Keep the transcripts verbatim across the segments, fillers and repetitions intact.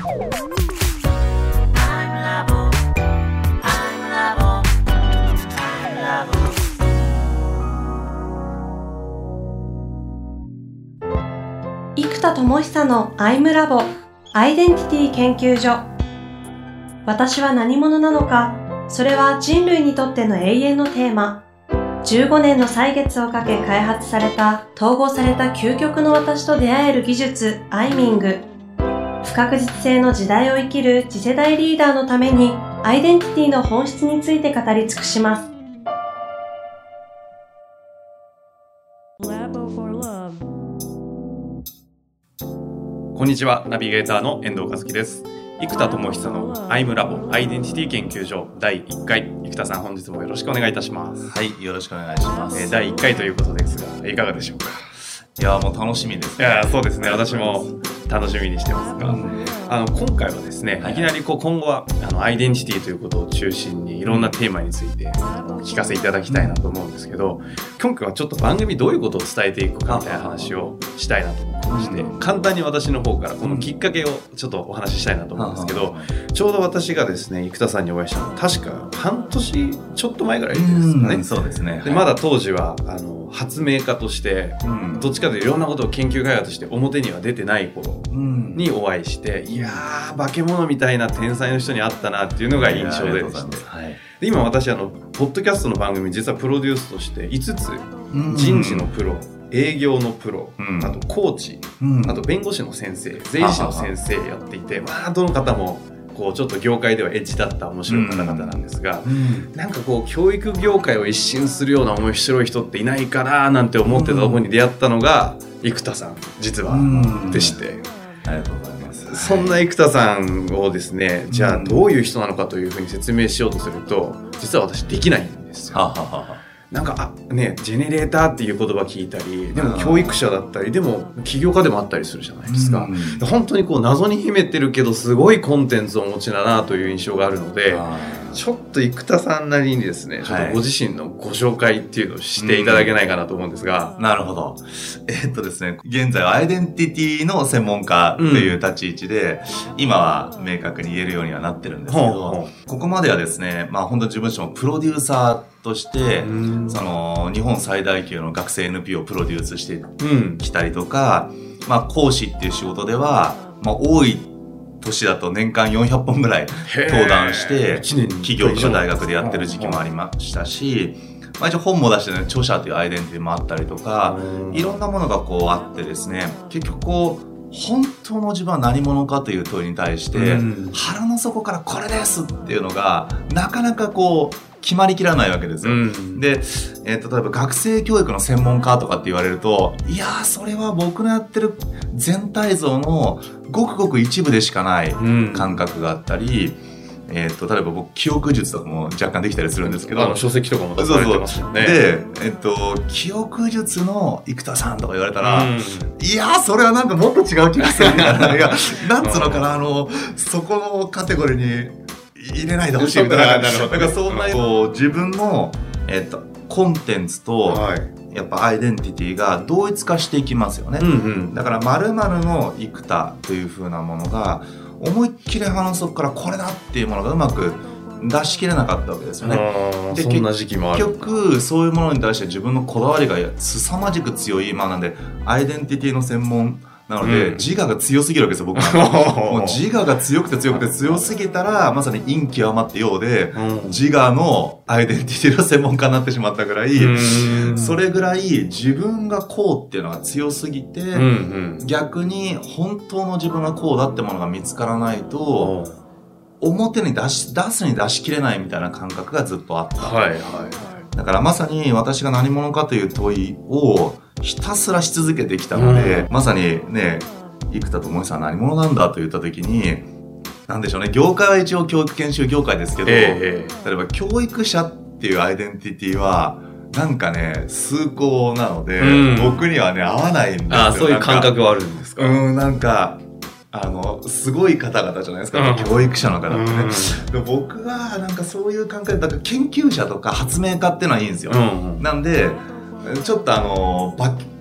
生田智久のアイムラボアイデンティティ研究所。私は何者なのか、それは人類にとっての永遠のテーマ。じゅうごねんの歳月をかけ開発された統合された究極の私と出会える技術アイミング。不確実性の時代を生きる次世代リーダーのためにアイデンティティの本質について語り尽くします。 こんにちは、ナビゲーターの遠藤和樹です。生田智久のアイムラボアイデンティティ研究所だいいっかい。生田さん、本日もよろしくお願いいたします。 はい、よろしくお願いします。 えー、だいいっかいということですが、いかがでしょうか。 いやもう楽しみです、 ね、いやそうですね、私も楽しみにしてますが、うん、あの今回はですね、はい、いきなりこう今後はあのアイデンティティということを中心にいろんなテーマについてお聞かせいただきたいなと思うんですけど、今回はちょっと番組どういうことを伝えていくかみたいな話をしたいなと思ってまして、うん、簡単に私の方からこのきっかけをちょっとお話ししたいなと思うんですけど、うん、ちょうど私がですね生田さんにお会いしたのは確か半年ちょっと前ぐらいですかね、 うん、そうですね。 でまだ当時はあの発明家として、うん、どっちかというといろんなことを研究開発して表には出てない頃にお会いして、うん、いやー化け物みたいな天才の人に会ったなっていうのが印象でですね、はい、で今私あのポッドキャストの番組実はプロデュースとしていつつ、うん、人事のプロ、営業のプロ、うん、あとコーチ、うん、あと弁護士の先生、税理士の先生やっていて、まあどの方もこうちょっと業界ではエッジだった面白い方々なんですが、うん、なんかこう教育業界を一新するような面白い人っていないかななんて思ってたところに出会ったのが生田さん実はでして、うん、 ありがとうございます。 そんな生田さんをですね、じゃあどういう人なのかというふうに説明しようとすると実は私できないんですよ。はははなんかあ、ね、ジェネレーターっていう言葉聞いたり、でも教育者だったり、でも起業家でもあったりするじゃないですか、うん、本当にこう謎に秘めてるけどすごいコンテンツをお持ちだなという印象があるので、ちょっと生田さんなりにですね、ちょっとご自身のご紹介っていうのをしていただけないかなと思うんですが、 うん、なるほど。えー、っとですね現在はアイデンティティの専門家という立ち位置で、うん、今は明確に言えるようにはなってるんですけど、ほうほうここまではですね、まあ本当自分自身もプロデューサーとしてその日本最大級の学生 エヌピーオー をプロデュースしてきたりとか、うん、まあ講師っていう仕事では、まあ、多い年だと年間よんひゃっぽんぐらい登壇して企業とか大学でやってる時期もありましたし、まあ、一応本も出してね著者というアイデンティティもあったりとか、いろんなものがこうあってですね、結局こう本当の自分は何者かという問いに対して、うん、腹の底からこれですっていうのがなかなかこう決まりきらないわけですよ、うん、で、えー、例えば学生教育の専門家とかって言われると、いやーそれは僕のやってる全体像のごくごく一部でしかない感覚があったり、うん、えー、と例えば僕記憶術とかも若干できたりするんですけど、 あの書籍とかも出されてますよね。 で、えー、と記憶術の生田さんとか言われたら、うん、いやーそれはなんかもっと違う気がするみたいな、いやなんつうのかな、あのそこのカテゴリーに入れないでほしいみたいな、なんかそんなこう自分の、えー、とコンテンツと、はい、やっぱアイデンティティが同一化していきますよね、うんうん、だから〇〇の生田という風なものが思いっきり鼻の底からこれだっていうものがうまく出し切れなかったわけですよね。 でそんな時期もある。 結局そういうものに対して自分のこだわりが凄まじく強い今なんで、アイデンティティの専門なので、うん、自我が強すぎるわけですよ僕は。もう自我が強くて強くて強すぎたらまさに陰極まってようで、うん、自我のアイデンティティの専門家になってしまったぐらい、それぐらい自分がこうっていうのが強すぎて、うんうん、逆に本当の自分がこうだってものが見つからないと、表に出し出すに出しきれないみたいな感覚がずっとあった、はいはいはい、だからまさに私が何者かという問いをひたすらし続けてきたので、うん、まさにね生田智久さん何者なんだと言った時に、なんでしょうね、業界は一応教育研修業界ですけど、えー、例えば教育者っていうアイデンティティはなんかね崇高なので、うん、僕にはね合わないんですよ。 あ、そういう感覚はあるんですか。 うん、なんかあのすごい方々じゃないですか、うん、教育者の方ってね、うん、で僕はなんかそういう感覚だから研究者とか発明家っていうのはいいんですよ、うんうん、なんでちょっとあの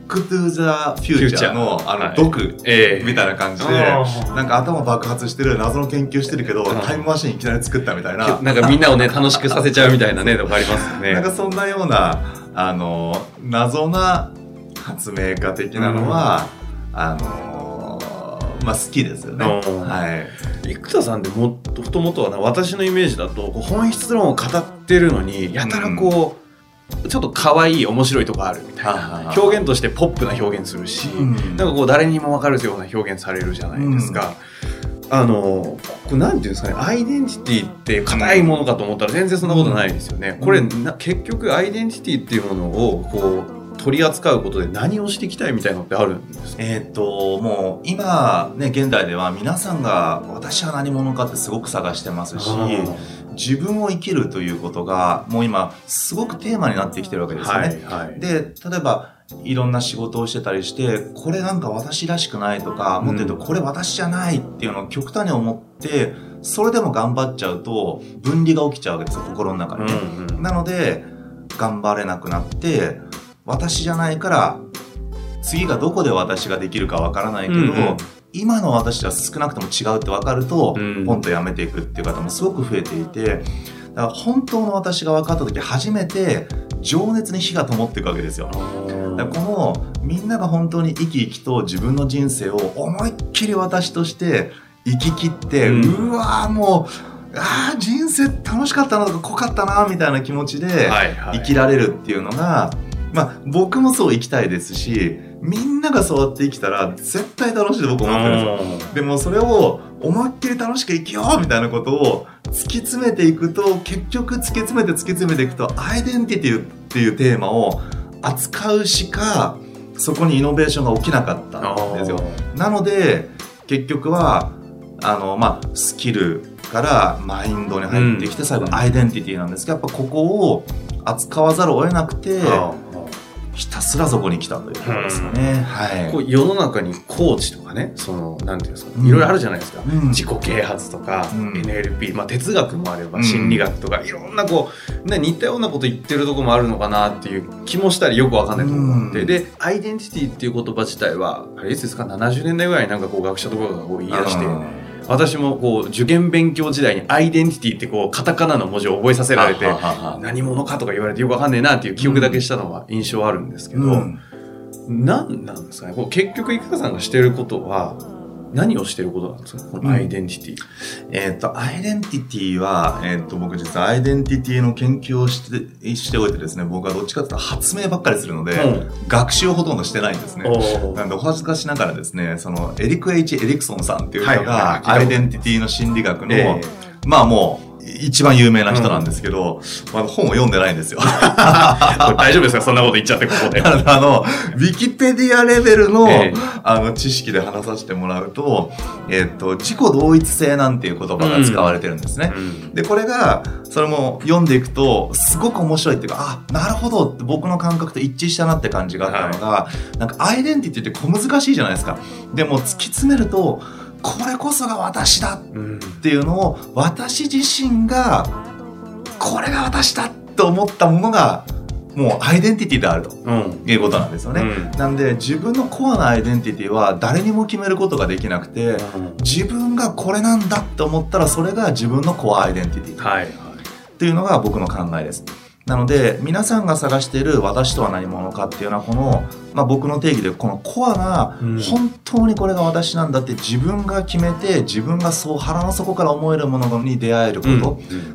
クトゥザフューチャーのあのドクみたいな感じで、なんか頭爆発してる謎の研究してるけどタイムマシンいきなり作ったみたいな、 なんかみんなをね楽しくさせちゃうみたいなねとかありますね。 なんかそんなようなあの謎な発明家的なのは、うん、あのまあ好きですよね。はい。 生田さんでもともとはな、私のイメージだと本質論を語ってるのにやたらこう、うんちょっと可愛い面白いとこあるみたいな表現としてポップな表現するし、うん、なんかこう誰にも分かるような表現されるじゃないですか、うん、あのこれなんていうんですかね、アイデンティティって硬いものかと思ったら全然そんなことないですよね、うん、これな結局アイデンティティっていうものをこう取り扱うことで何をしていきたいみたいなのってあるんですか？ えー、っともう今ね現代では皆さんが私は何者かってすごく探してますし、自分を生きるということがもう今すごくテーマになってきてるわけですよね、はいはい、で例えばいろんな仕事をしてたりしてこれなんか私らしくないとか、うん、もっと言うとこれ私じゃないっていうのを極端に思ってそれでも頑張っちゃうと分離が起きちゃうわけですよ心の中にね、うんうん、なので頑張れなくなって私じゃないから次がどこで私ができるかわからないけど、うんうん今の私は少なくとも違うって分かると、うん、ポンとやめていくっていう方もすごく増えていて、だから本当の私が分かった時初めて情熱に火が灯っていくわけですよ。だからこのみんなが本当に生き生きと自分の人生を思いっきり私として生き切って、うん、うわーもうあー人生楽しかったなとか濃かったなみたいな気持ちで生きられるっていうのが、はいはいまあ、僕もそう生きたいですしみんながそうやって生きたら絶対楽しいと僕思ってるんですよ。でもそれを思いっきり楽しく生きようみたいなことを突き詰めていくと結局突き詰めて突き詰めていくとアイデンティティっていうテーマを扱うしかそこにイノベーションが起きなかったんですよ。なので結局はあの、まあ、スキルからマインドに入ってきて、うん、最後アイデンティティなんですけどやっぱここを扱わざるを得なくてひたすらそこに来たということですよね、うんはい、 こう世の中にコーチとかねそのなんていうんですか、いろいろあるじゃないですか、うん、自己啓発とか、うん、エヌエルピー、まあ、哲学もあれば心理学とか、うん、いろんなこう、ね、似たようなこと言ってるところもあるのかなっていう気もしたりよくわかんないところがあって、うん、でアイデンティティっていう言葉自体はあれいつですかななじゅうねんだいぐらいになんかこう学者とかがこう言い出して、私もこう受験勉強時代にアイデンティティってこうカタカナの文字を覚えさせられて何者かとか言われてよくわかんねえなっていう記憶だけしたのは印象あるんですけど、うん、何なんですかねこう結局生田さんがしてることは何をしてることなんですかこのアイデンティティ、 うん、えっとアイデンティティは、えー、っと僕実はアイデンティティの研究をしてしておいてですね僕はどっちかというと発明ばっかりするので、うん、学習をほとんどしてないんですね。なんでお恥ずかしながらですねそのエリック・エイチ・エリクソンさんっていう人がアイデンティティの心理学の、えー、まあもう一番有名な人なんですけど、うんまあ、本を読んでないんですよ。 大丈夫ですかそんなこと言っちゃってここで。 あの、ウィキペディアレベルの、えー、あの知識で話させてもらうと、えっと、自己同一性なんていう言葉が使われてるんですね。うん、で、これが、それも読んでいくと、すごく面白いっていうか、あ、なるほどって僕の感覚と一致したなって感じがあったのが、はい、なんかアイデンティティって小難しいじゃないですか。でも突き詰めると、これこそが私だっていうのを私自身がこれが私だと思ったものがもうアイデンティティであるということなんですよね、うん、なんで自分のコアなアイデンティティは誰にも決めることができなくて、うん、自分がこれなんだって思ったらそれが自分のコアアイデンティティっていうのが僕の考えです。なので皆さんが探している私とは何者かっていうのはこの、まあ、僕の定義でこのコアな、うん、本当にこれが私なんだって自分が決めて自分がそう腹の底から思えるものに出会えること、うんうん、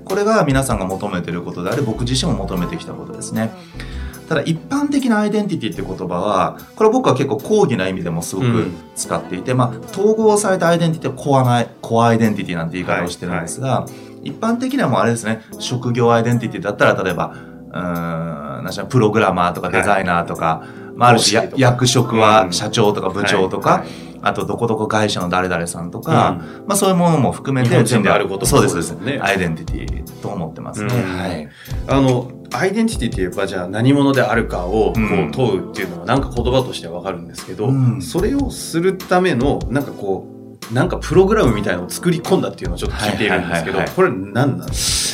これが皆さんが求めていることであり僕自身も求めてきたことですね。ただ一般的なアイデンティティって言葉はこれ僕は結構広義な意味でもすごく使っていて、うんまあ、統合されたアイデンティティはコアなコアアイデンティティなんて言い方をしてるんですが、はいはい一般的にはもうあれですね職業アイデンティティだったら例えばうーんなんしプログラマーとかデザイナーとか、はいまあ、あるし役職は社長とか部長とか、はいはい、あとどこどこ会社の誰々さんとか、うんまあ、そういうものも含めて全部あることもそうですそうですねアイデンティティと思ってますね、うんはい、 あのアイデンティティって言えばじゃあ何者であるかをこう問うっていうのはなんか言葉としては分かるんですけど、うん、それをするためのなんかこうなんかプログラムみたいなのを作り込んだっていうのをちょっと聞いているんですけど、はいはいはいはい、これ何なんですか？ こ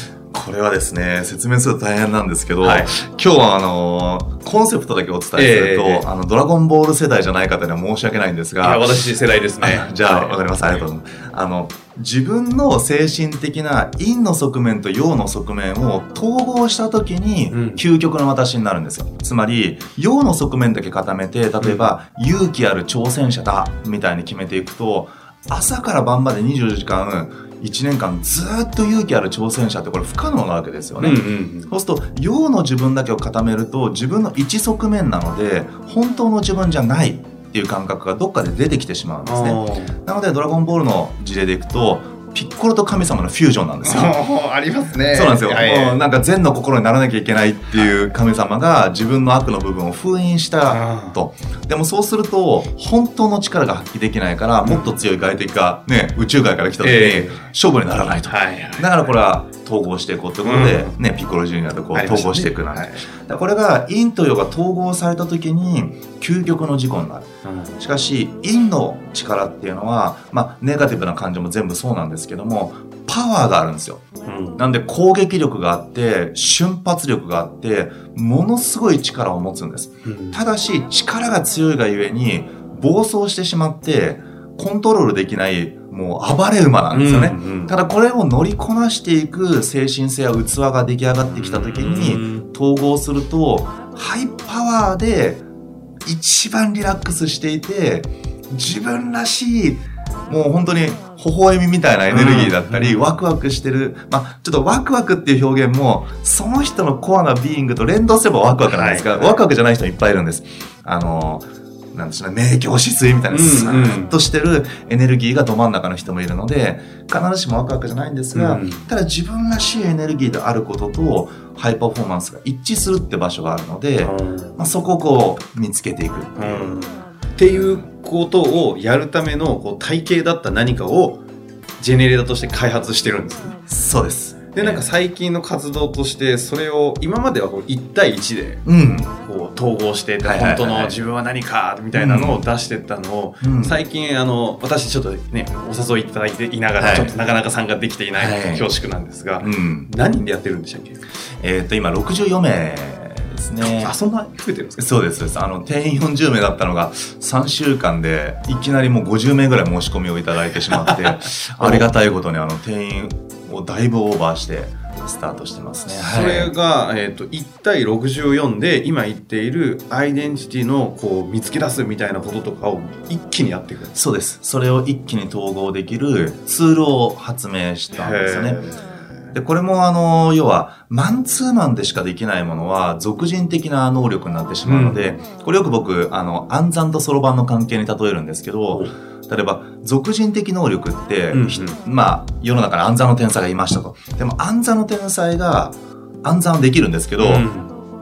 これはですね、説明すると大変なんですけど、 はい、 今日はあのー、コンセプトだけお伝えすると、えー、あのドラゴンボール世代じゃない方には申し訳ないんですが、 いや私世代ですね。 じゃあわかります、はい、ありがとうございます。あの自分の精神的な陰の側面と陽の側面を統合した時に究極の私になるんですよ。つまり陽の側面だけ固めて、例えば、うん、勇気ある挑戦者だみたいに決めていくと、朝から晩までにじゅうよじかんいちねんかんずっと勇気ある挑戦者ってこれ不可能なわけですよね、うんうんうん、そうすると陽の自分だけを固めると自分の一側面なので本当の自分じゃないっていう感覚がどっかで出てきてしまうんですね。なのでドラゴンボールの事例でいくとピッコロと神様のフュージョンなんですよ。 ありますね。 そうなんですよ、 はい、 もうなんか善の心にならなきゃいけないっていう神様が自分の悪の部分を封印したと。でもそうすると本当の力が発揮できないからもっと強い外敵が、ね、宇宙外から来た時に勝負にならないと、えーはいはいはい、だからこれは統合していこうということで、うんね、ピッコロジュニアとこう統合していくなんて、ねはい、これが陰と陽が統合された時に究極の事故になる、うん、しかし陰の力っていうのは、まあ、ネガティブな感情も全部そうなんですけどもパワーがあるんですよ、うん、なんで攻撃力があって瞬発力があってものすごい力を持つんです、うん、ただし力が強いがゆえに暴走してしまってコントロールできないもう暴れ馬なんですよね、うんうん、ただこれを乗りこなしていく精神性や器が出来上がってきた時に統合するとハイパワーで一番リラックスしていて自分らしいもう本当に微笑みみたいなエネルギーだったり、うん、ワクワクしてる、まあ、ちょっとワクワクっていう表現もその人のコアなビーイングと連動すればワクワクなんですが、はいはい、ワクワクじゃない人いっぱいいるんです。あのなんですね、明鏡止水みたいなスーッとしてるエネルギーがど真ん中の人もいるので必ずしもワクワクじゃないんですが、うん、ただ自分らしいエネルギーであることとハイパフォーマンスが一致するって場所があるので、うんまあ、そこをこう見つけていくっていう、うんっていうことをやるためのこう体系だった何かをジェネレーターとして開発してるんですね。 そうです。 でなんか最近の活動としてそれを今まではこういち対いちでこう統合して本当の自分は何かみたいなのを出してったのを最近あの私ちょっとねお誘いいただいていながらちょっとなかなか参加できていない恐縮なんですが何人でやってるんでしたっけ？ えーと今ろくじゅうよんめいですね。 あ、そんな増えてるんですか？ そうですそうです。あの定員よんじゅうめいだったのがさんしゅうかんでいきなりもうごじゅうめいぐらい申し込みをいただいてしまってありがたいことにあの定員をだいぶオーバーしてスタートしてますね。 それが、えーと、いち対ろくじゅうよんで今言っているアイデンティティのこう見つけ出すみたいなこととかを一気にやっていく。 そうです。それを一気に統合できるツールを発明したんですよね。でこれもあの要はマンツーマンでしかできないものは俗人的な能力になってしまうので、うん、これよく僕あの暗算とそろばんの関係に例えるんですけど、例えば俗人的能力って、うんうん、まあ世の中に暗算の天才がいましたと。でも暗算の天才が暗算できるんですけど、うん、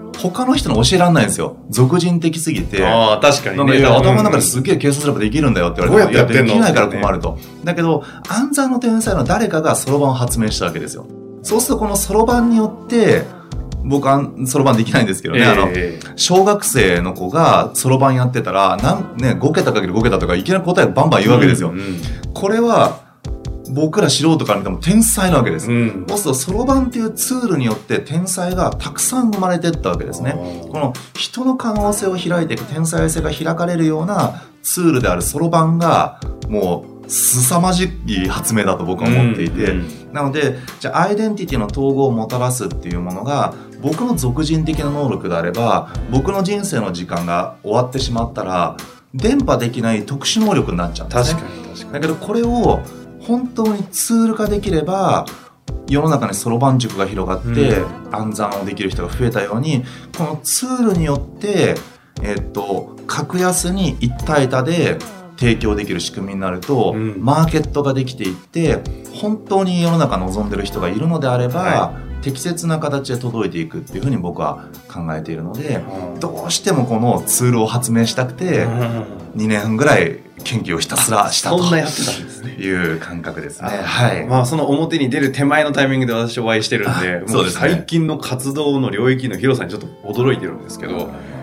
他の人に教えられないんですよ。俗人的すぎて。 ああ確かにね。 頭の中ですげえ計算すればできるんだよって言われて、どうやってやってんの？いやできないから困ると。だけど暗算の天才の誰かがそろばんを発明したわけですよ。そうするとこのそろばんによって僕はそろばんできないんですけどね、えー、あの小学生の子がそろばんやってたらなん、ね、ごけたかけるごけたとかいきなり答えバンバン言うわけですよ、うんうん、これは僕ら素人から見ても天才なわけです、うん、そうするとそろばんっていうツールによって天才がたくさん生まれていったわけですね。この人の可能性を開いていく天才性が開かれるようなツールであるそろばんがもう凄まじい発明だと僕は思っていて、うんうん、なのでじゃあアイデンティティの統合をもたらすっていうものが僕の俗人的な能力であれば僕の人生の時間が終わってしまったら伝播できない特殊能力になっちゃうんですね。 確かに確かに。 だけどこれを本当にツール化できれば世の中にそろばん塾が広がって、うん、暗算をできる人が増えたようにこのツールによって、えっと、格安に一対多で提供できる仕組みになると、うん、マーケットができていって本当に世の中望んでる人がいるのであれば、はい、適切な形で届いていくっていうふうに僕は考えているので、うん、どうしてもこのツールを発明したくて、うん、にねんぐらい研究をひたすらしたという感覚ですね。はい。 まあその表に出る手前のタイミングで私お会いしてるんで、もう最近の活動の領域の広さにちょっと驚いてるんですけど、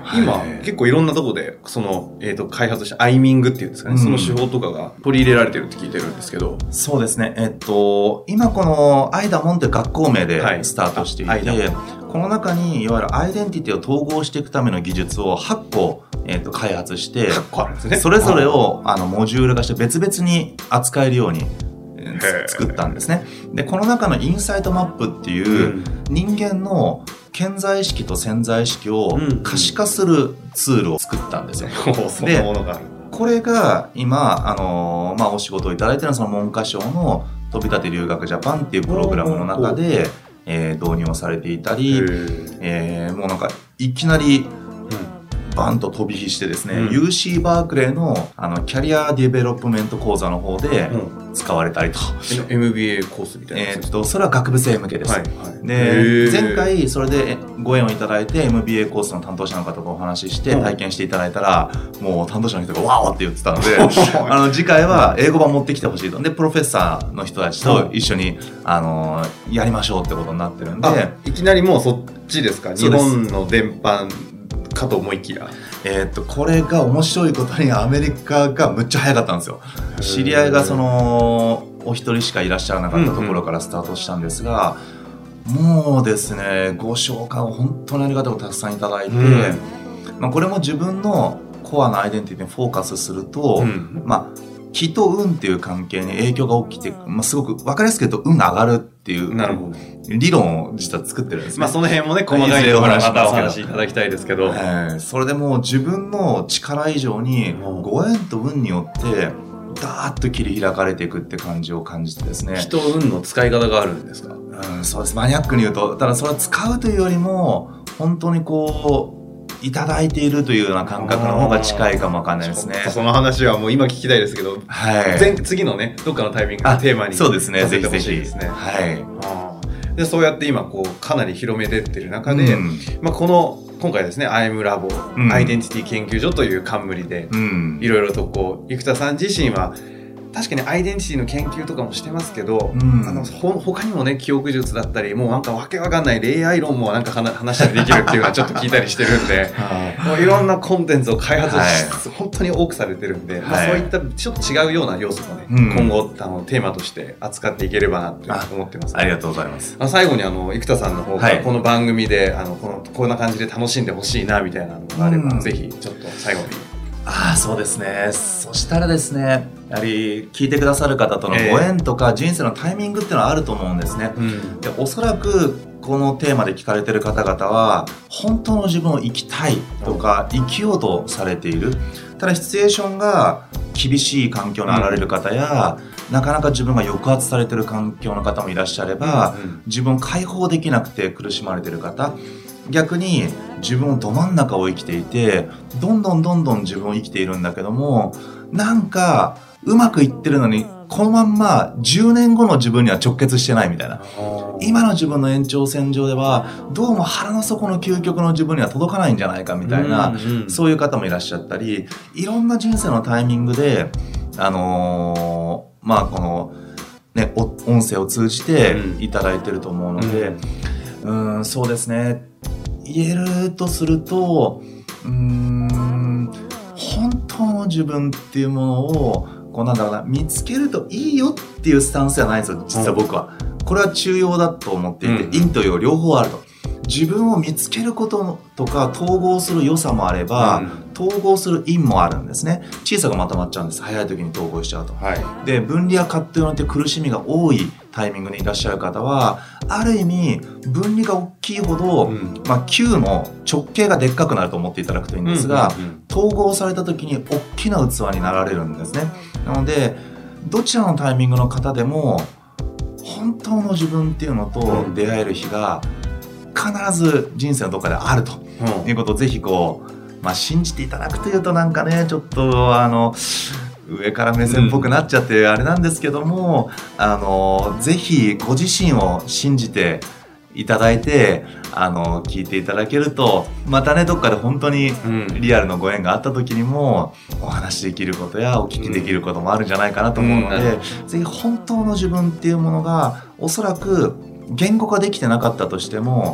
今結構いろんなとこでその、えー、と開発したアイミングっていうんですかね、うん、その手法とかが取り入れられてるって聞いてるんですけど。 そうですね、えっと今このアイダモンという学校名でスタートしていて、はい、この中にいわゆるアイデンティティを統合していくための技術をはっこ、えー、と開発して、 はっこあるんですね、 それぞれをあのモジュール化して別々に扱えるように作ったんですね。でこの中のインサイトマップっていう人間の顕在意識と潜在意識を可視化するツールを作ったんですよ。 うんうん、そんなものがある。 これが今、あのーまあ、お仕事をいただいているその文科省の飛び立て留学ジャパンっていうプログラムの中で、えー、導入をされていたり、えー、もうなんかいきなりバンと飛び火してですね、うん、ユーシー バークレー の, あのキャリアディベロップメント講座の方で使われたりと、 うん、エムビーエー コースみたいなやつ、 えー、とそれは学部生向けです、はいはい、で前回それでご縁をいただいて エムビーエー コースの担当者の方とお話しして体験していただいたら、うん、もう担当者の人がワーって言ってたのであの次回は英語版持ってきてほしいと。でプロフェッサーの人たちと一緒に、あのー、やりましょうってことになってるんで。 いきなりもうそっちですか。日本の伝播かと思いきや、 えー、っとこれが面白いことにアメリカがむっちゃ早かったんですよ。知り合いがそのお一人しかいらっしゃらなかったところからスタートしたんですが、うんうん、もうですねご紹介を本当にありがたくたくさんいただいて、うんまあ、これも自分のコアなアイデンティティにフォーカスすると、うんまあ気と運っていう関係に影響が起きて、まあ、すごく分かりやすく言うと運が上がるっていう理論を実は作ってるんですね。 まあその辺もね細かいところはまたお話しいただきたいですけど、 はい、それでもう自分の力以上にご縁と運によってダーッと切り開かれていくって感じを感じてですね。 気と運の使い方があるんですか。 うん、そうです。マニアックに言うと、ただそれは使うというよりも本当にこういただいているというような感覚の方が近いかもわかんないですね。 その話はもう今聞きたいですけど、はい、前次のねどっかのタイミングのテーマにそうですね、ぜひぜひですね。はい。あでそうやって今こうかなり広めてってる中で、うんまあ、この今回ですね アイエム ラボ、うん、アイデンティティ研究所という冠で、うん、いろいろとこう生田さん自身は確かにアイデンティティの研究とかもしてますけど、うん、あのほ他にもね記憶術だったりもうなんかわけわかんない恋愛論もなんか話したりできるっていうのはちょっと聞いたりしてるんでもういろんなコンテンツを開発し、はい、本当に多くされてるんで、はいまあ、そういったちょっと違うような要素もね、うん、今後あのテーマとして扱っていければなって思ってます、ね、 あ, ありがとうございます。 あ最後にあの生田さんの方からこの番組で、はい、あのこのこんな感じで楽しんでほしいなみたいなのがあれば、うん、ぜひちょっと最後に。 ああそうですね。そしたらですねやはり聞いてくださる方とのご縁とか人生のタイミングっていうのはあると思うんですね、えー、でおそらくこのテーマで聞かれてる方々は本当の自分を生きたいとか生きようとされている。ただシチュエーションが厳しい環境にあられる方や、うん、なかなか自分が抑圧されている環境の方もいらっしゃれば、うんうん、自分を解放できなくて苦しまれている方、逆に自分をど真ん中を生きていてどんどんどんどん自分を生きているんだけどもなんかうまくいってるのにこのまんまじゅうねんごの自分には直結してないみたいな、今の自分の延長線上ではどうも腹の底の究極の自分には届かないんじゃないかみたいな、うんうん、そういう方もいらっしゃったり、いろんな人生のタイミングであのー、まあこのね音声を通じていただいてると思うので、うん、うんそうですね言えるとするとうーん本当の自分っていうものをこうなんだろうな見つけるといいよっていうスタンスじゃないんですよ実は僕は。これは中庸だと思っていて、うん、陰と陽両方あると。自分を見つけることとか統合する良さもあれば、うん、統合する陰もあるんですね。小さくまとまっちゃうんです。早い時に統合しちゃうと、はい、で分離や葛藤によって苦しみが多いタイミングにいらっしゃる方はある意味分離が大きいほど、うんまあ、球の直径がでっかくなると思っていただくといいんですが、うんうんうん、統合された時に大きな器になられるんですね。なのでどちらのタイミングの方でも本当の自分っていうのと出会える日が必ず人生のどっかであるということをぜひこう、まあ、信じていただくというとなんかねちょっとあの上から目線っぽくなっちゃってあれなんですけども、うん、あのぜひご自身を信じていただいてあの聞いていただけるとまたねどっかで本当にリアルのご縁があった時にもお話しできることやお聞きできることもあるんじゃないかなと思うので、うん、ぜひ本当の自分っていうものがおそらく言語化できてなかったとしても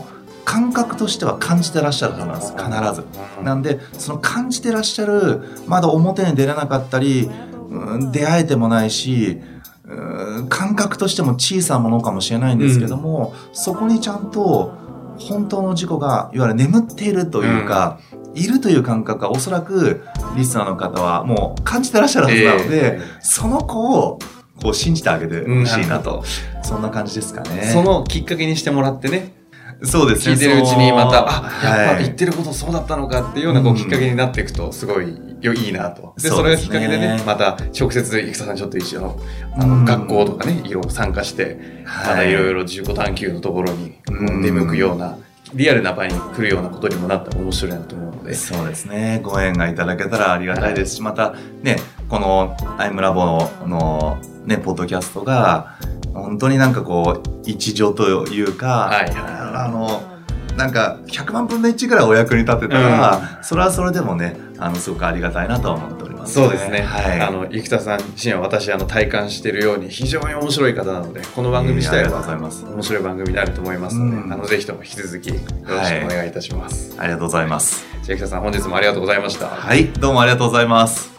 感覚としては感じてらっしゃるはずなんです必ず。なんでその感じてらっしゃるまだ表に出れなかったり、うん、出会えてもないし、うん、感覚としても小さなものかもしれないんですけども、うん、そこにちゃんと本当の自己がいわゆる眠っているというか、うん、いるという感覚がおそらくリスナーの方はもう感じてらっしゃるはずなので、えー、その子をこう信じてあげてほしいなと、うん、そんな感じですかね。 そのきっかけにしてもらってね、 そうですね、 聞いてるうちにまた、あ、やっぱ言ってることそうだったのかっていうようなこうきっかけになっていくとすごいいいなと。で、それがきっかけでね、また直接生田さんちょっと一緒の、あの学校とかね、いろいろ参加して、またいろいろ自己探求のところに出向くような、リアルな場に来るようなことにもなったら面白いなと思うので。 そうですね。ご縁がいただけたらありがたいですし、またね、このアイムラボの、のね、ポッドキャストが、本当になんかこう、一助というか、はいはい、あの、なんかひゃくまんぶんのいちぐらいお役に立てたら、うん、それはそれでもね、あのすごくありがたいなと思っております、ね。 そうですね。はい。あの生田さん自身は私あの体感しているように非常に面白い方なので、この番組自体は面白い番組になると思いますので、うん、あのぜひとも引き続きよろしくお願いいたします。 はい、ありがとうございます。 じゃあ生田さん本日もありがとうございました。 はい、どうもありがとうございます。